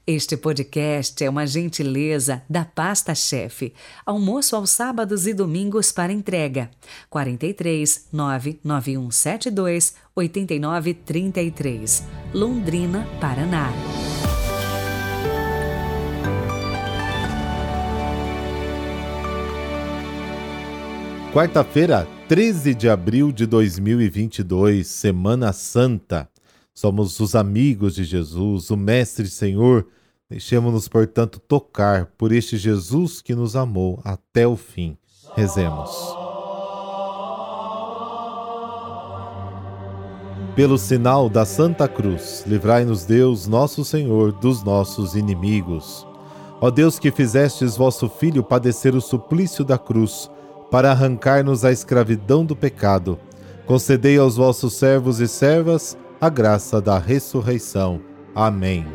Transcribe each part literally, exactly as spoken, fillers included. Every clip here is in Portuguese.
Este podcast é uma gentileza da Pasta Chefe. Almoço aos sábados e domingos para entrega. quarenta e três, nove nove um sete dois, oito nove três três, Londrina, Paraná. Quarta-feira, treze de abril de dois mil e vinte e dois, Semana Santa. Somos os amigos de Jesus, o Mestre e Senhor. Deixemos-nos, portanto, tocar por este Jesus que nos amou até o fim. Rezemos. Pelo sinal da Santa Cruz, livrai-nos Deus, nosso Senhor, dos nossos inimigos. Ó Deus, que fizestes vosso Filho padecer o suplício da cruz, para arrancar-nos a escravidão do pecado, concedei aos vossos servos e servas a graça da ressurreição. Amém.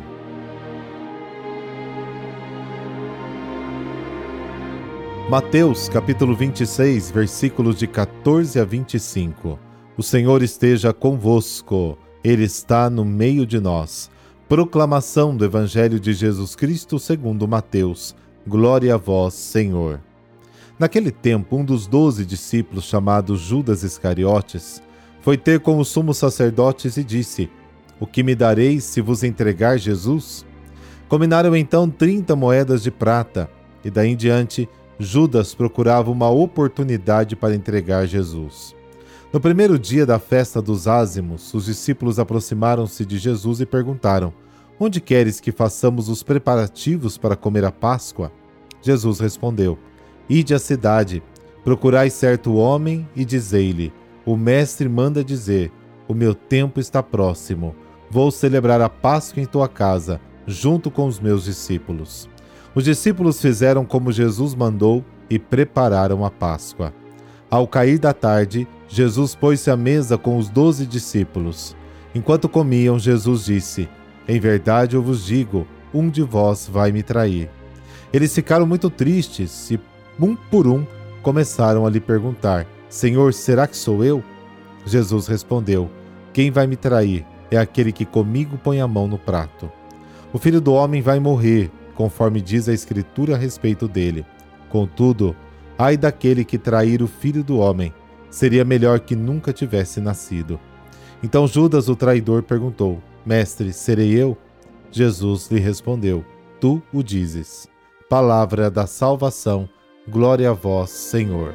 Mateus, capítulo vinte e seis, versículos de quatorze a vinte e cinco. O Senhor esteja convosco, Ele está no meio de nós. Proclamação do Evangelho de Jesus Cristo segundo Mateus. Glória a vós, Senhor. Naquele tempo, um dos doze discípulos, chamado Judas Iscariotes, foi ter com os sumos sacerdotes e disse: O que me dareis se vos entregar Jesus? Combinaram então trinta moedas de prata, e daí em diante Judas procurava uma oportunidade para entregar Jesus. No primeiro dia da festa dos ázimos, os discípulos aproximaram-se de Jesus e perguntaram: Onde queres que façamos os preparativos para comer a Páscoa? Jesus respondeu: Ide à cidade, procurai certo homem e dizei-lhe: O mestre manda dizer, o meu tempo está próximo. Vou celebrar a Páscoa em tua casa, junto com os meus discípulos. Os discípulos fizeram como Jesus mandou e prepararam a Páscoa. Ao cair da tarde, Jesus pôs-se à mesa com os doze discípulos. Enquanto comiam, Jesus disse: Em verdade eu vos digo, um de vós vai me trair. Eles ficaram muito tristes e um por um, começaram a lhe perguntar: Senhor, será que sou eu? Jesus respondeu: Quem vai me trair é aquele que comigo põe a mão no prato. O Filho do Homem vai morrer, conforme diz a Escritura a respeito dele. Contudo, ai daquele que trair o Filho do Homem, seria melhor que nunca tivesse nascido. Então Judas, o traidor, perguntou: Mestre, serei eu? Jesus lhe respondeu: Tu o dizes. Palavra da salvação. Glória a vós, Senhor.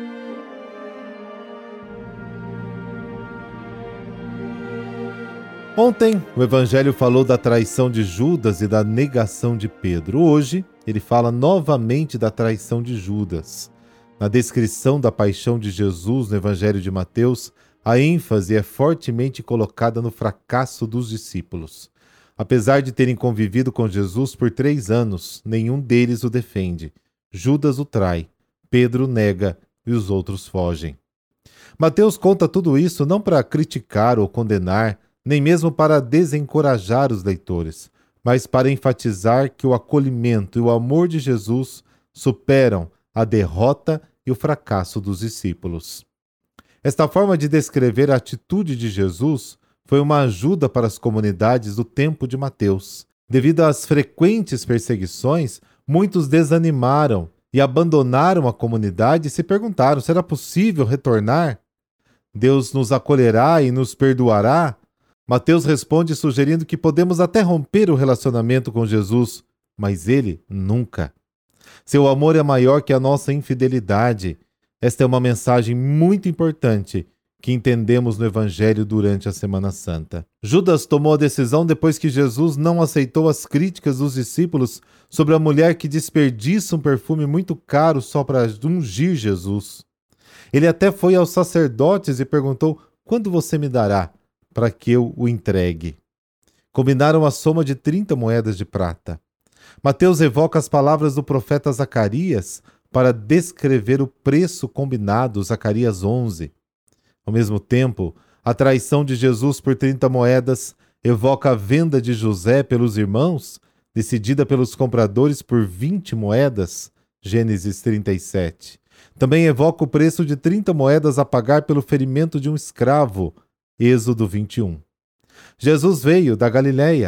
Ontem, o Evangelho falou da traição de Judas e da negação de Pedro. Hoje, ele fala novamente da traição de Judas. Na descrição da paixão de Jesus no Evangelho de Mateus, a ênfase é fortemente colocada no fracasso dos discípulos. Apesar de terem convivido com Jesus por três anos, nenhum deles o defende. Judas o trai, Pedro nega e os outros fogem. Mateus conta tudo isso não para criticar ou condenar, nem mesmo para desencorajar os leitores, mas para enfatizar que o acolhimento e o amor de Jesus superam a derrota e o fracasso dos discípulos. Esta forma de descrever a atitude de Jesus foi uma ajuda para as comunidades do tempo de Mateus. Devido às frequentes perseguições, muitos desanimaram e abandonaram a comunidade e se perguntaram: será possível retornar? Deus nos acolherá e nos perdoará? Mateus responde sugerindo que podemos até romper o relacionamento com Jesus, mas ele nunca. Seu amor é maior que a nossa infidelidade. Esta é uma mensagem muito importante que entendemos no Evangelho durante a Semana Santa. Judas tomou a decisão depois que Jesus não aceitou as críticas dos discípulos sobre a mulher que desperdiça um perfume muito caro só para ungir Jesus. Ele até foi aos sacerdotes e perguntou: quando você me dará para que eu o entregue? Combinaram a soma de trinta moedas de prata. Mateus evoca as palavras do profeta Zacarias para descrever o preço combinado, Zacarias onze. Ao mesmo tempo, a traição de Jesus por trinta moedas evoca a venda de José pelos irmãos, decidida pelos compradores por vinte moedas, Gênesis trinta e sete. Também evoca o preço de trinta moedas a pagar pelo ferimento de um escravo, Êxodo vinte e um. Jesus veio da Galileia.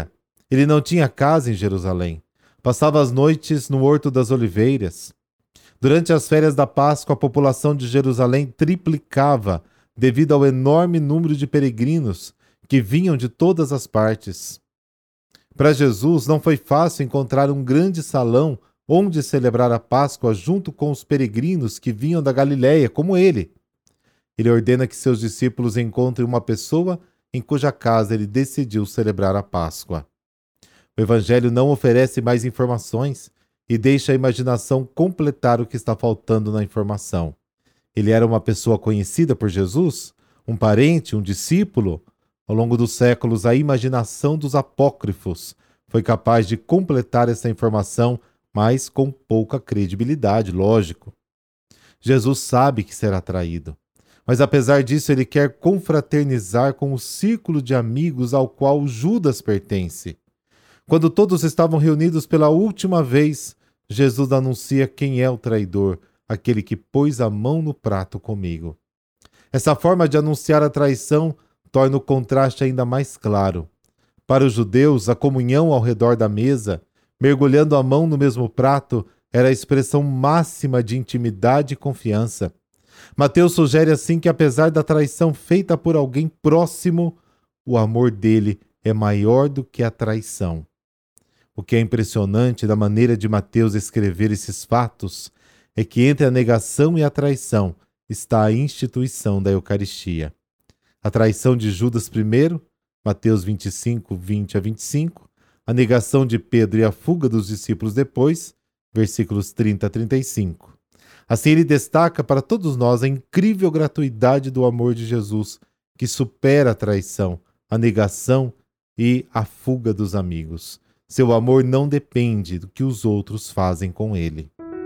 Ele não tinha casa em Jerusalém. Passava as noites no Horto das Oliveiras. Durante as férias da Páscoa, a população de Jerusalém triplicava devido ao enorme número de peregrinos que vinham de todas as partes. Para Jesus, não foi fácil encontrar um grande salão onde celebrar a Páscoa junto com os peregrinos que vinham da Galiléia, como ele. Ele ordena que seus discípulos encontrem uma pessoa em cuja casa ele decidiu celebrar a Páscoa. O Evangelho não oferece mais informações e deixa a imaginação completar o que está faltando na informação. Ele era uma pessoa conhecida por Jesus? Um parente? Um discípulo? Ao longo dos séculos, a imaginação dos apócrifos foi capaz de completar essa informação, mas com pouca credibilidade, lógico. Jesus sabe que será traído, mas apesar disso ele quer confraternizar com o círculo de amigos ao qual Judas pertence. Quando todos estavam reunidos pela última vez, Jesus anuncia quem é o traidor, aquele que pôs a mão no prato comigo. Essa forma de anunciar a traição torna o contraste ainda mais claro. Para os judeus, a comunhão ao redor da mesa, mergulhando a mão no mesmo prato, era a expressão máxima de intimidade e confiança. Mateus sugere assim que, apesar da traição feita por alguém próximo, o amor dele é maior do que a traição. O que é impressionante da maneira de Mateus escrever esses fatos é que entre a negação e a traição está a instituição da Eucaristia. A traição de Judas primeiro, Mateus vinte e cinco, vinte a vinte e cinco, a negação de Pedro e a fuga dos discípulos depois, versículos trinta a trinta e cinco. Assim ele destaca para todos nós a incrível gratuidade do amor de Jesus, que supera a traição, a negação e a fuga dos amigos. Seu amor não depende do que os outros fazem com ele.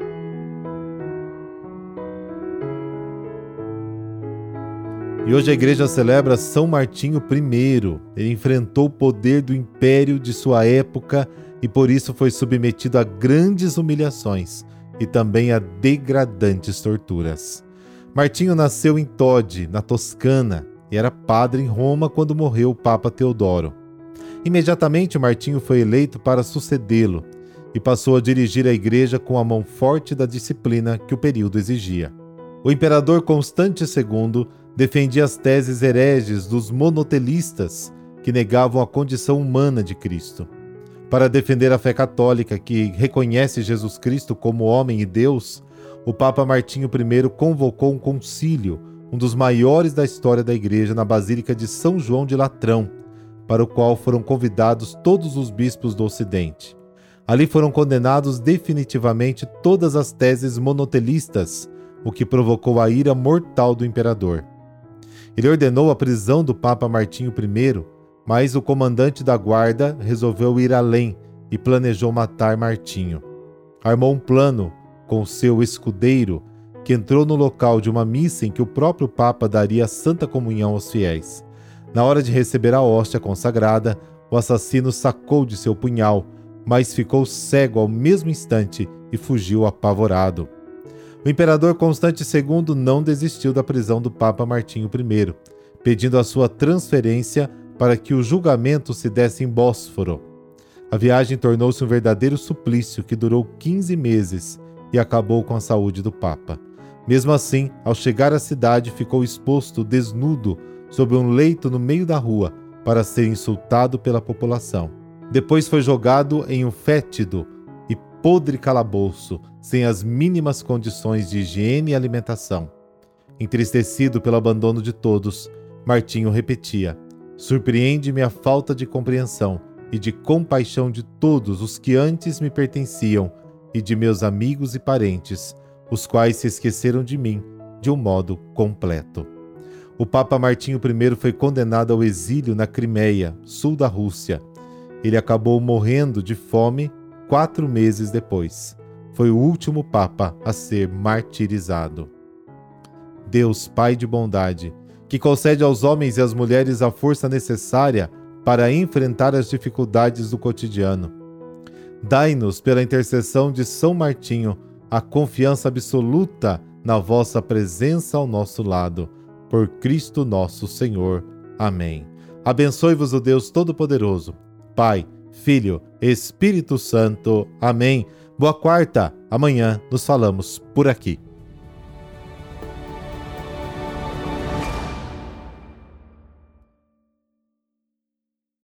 E hoje a igreja celebra São Martinho primeiro. Ele enfrentou o poder do império de sua época e por isso foi submetido a grandes humilhações e também a degradantes torturas. Martinho nasceu em Todi, na Toscana, e era padre em Roma quando morreu o Papa Teodoro. Imediatamente Martinho foi eleito para sucedê-lo e passou a dirigir a igreja com a mão forte da disciplina que o período exigia. O imperador Constante segundo defendia as teses hereges dos monotelistas que negavam a condição humana de Cristo. Para defender a fé católica que reconhece Jesus Cristo como homem e Deus, o Papa Martinho primeiro convocou um concílio, um dos maiores da história da igreja, na Basílica de São João de Latrão, para o qual foram convidados todos os bispos do Ocidente. Ali foram condenados definitivamente todas as teses monotelistas, o que provocou a ira mortal do imperador. Ele ordenou a prisão do Papa Martinho primeiro, mas o comandante da guarda resolveu ir além e planejou matar Martinho. Armou um plano com seu escudeiro, que entrou no local de uma missa em que o próprio Papa daria a Santa Comunhão aos fiéis. Na hora de receber a hóstia consagrada, o assassino sacou de seu punhal, mas ficou cego ao mesmo instante e fugiu apavorado. O imperador Constante segundo não desistiu da prisão do Papa Martinho primeiro, pedindo a sua transferência para que o julgamento se desse em Bósforo. A viagem tornou-se um verdadeiro suplício que durou quinze meses e acabou com a saúde do Papa. Mesmo assim, ao chegar à cidade, ficou exposto desnudo sobre um leito no meio da rua para ser insultado pela população. Depois foi jogado em um fétido e podre calabouço, sem as mínimas condições de higiene e alimentação. Entristecido pelo abandono de todos, Martinho repetia: "Surpreende-me a falta de compreensão e de compaixão de todos os que antes me pertenciam e de meus amigos e parentes, os quais se esqueceram de mim de um modo completo." O Papa Martinho primeiro foi condenado ao exílio na Crimeia, sul da Rússia. Ele acabou morrendo de fome quatro meses depois. Foi o último Papa a ser martirizado. Deus, Pai de bondade, que concede aos homens e às mulheres a força necessária para enfrentar as dificuldades do cotidiano. Dai-nos, pela intercessão de São Martinho, a confiança absoluta na vossa presença ao nosso lado. Por Cristo nosso Senhor. Amém. Abençoe-vos o Deus Todo-Poderoso, Pai, Filho, Espírito Santo. Amém. Boa quarta. Amanhã nos falamos por aqui.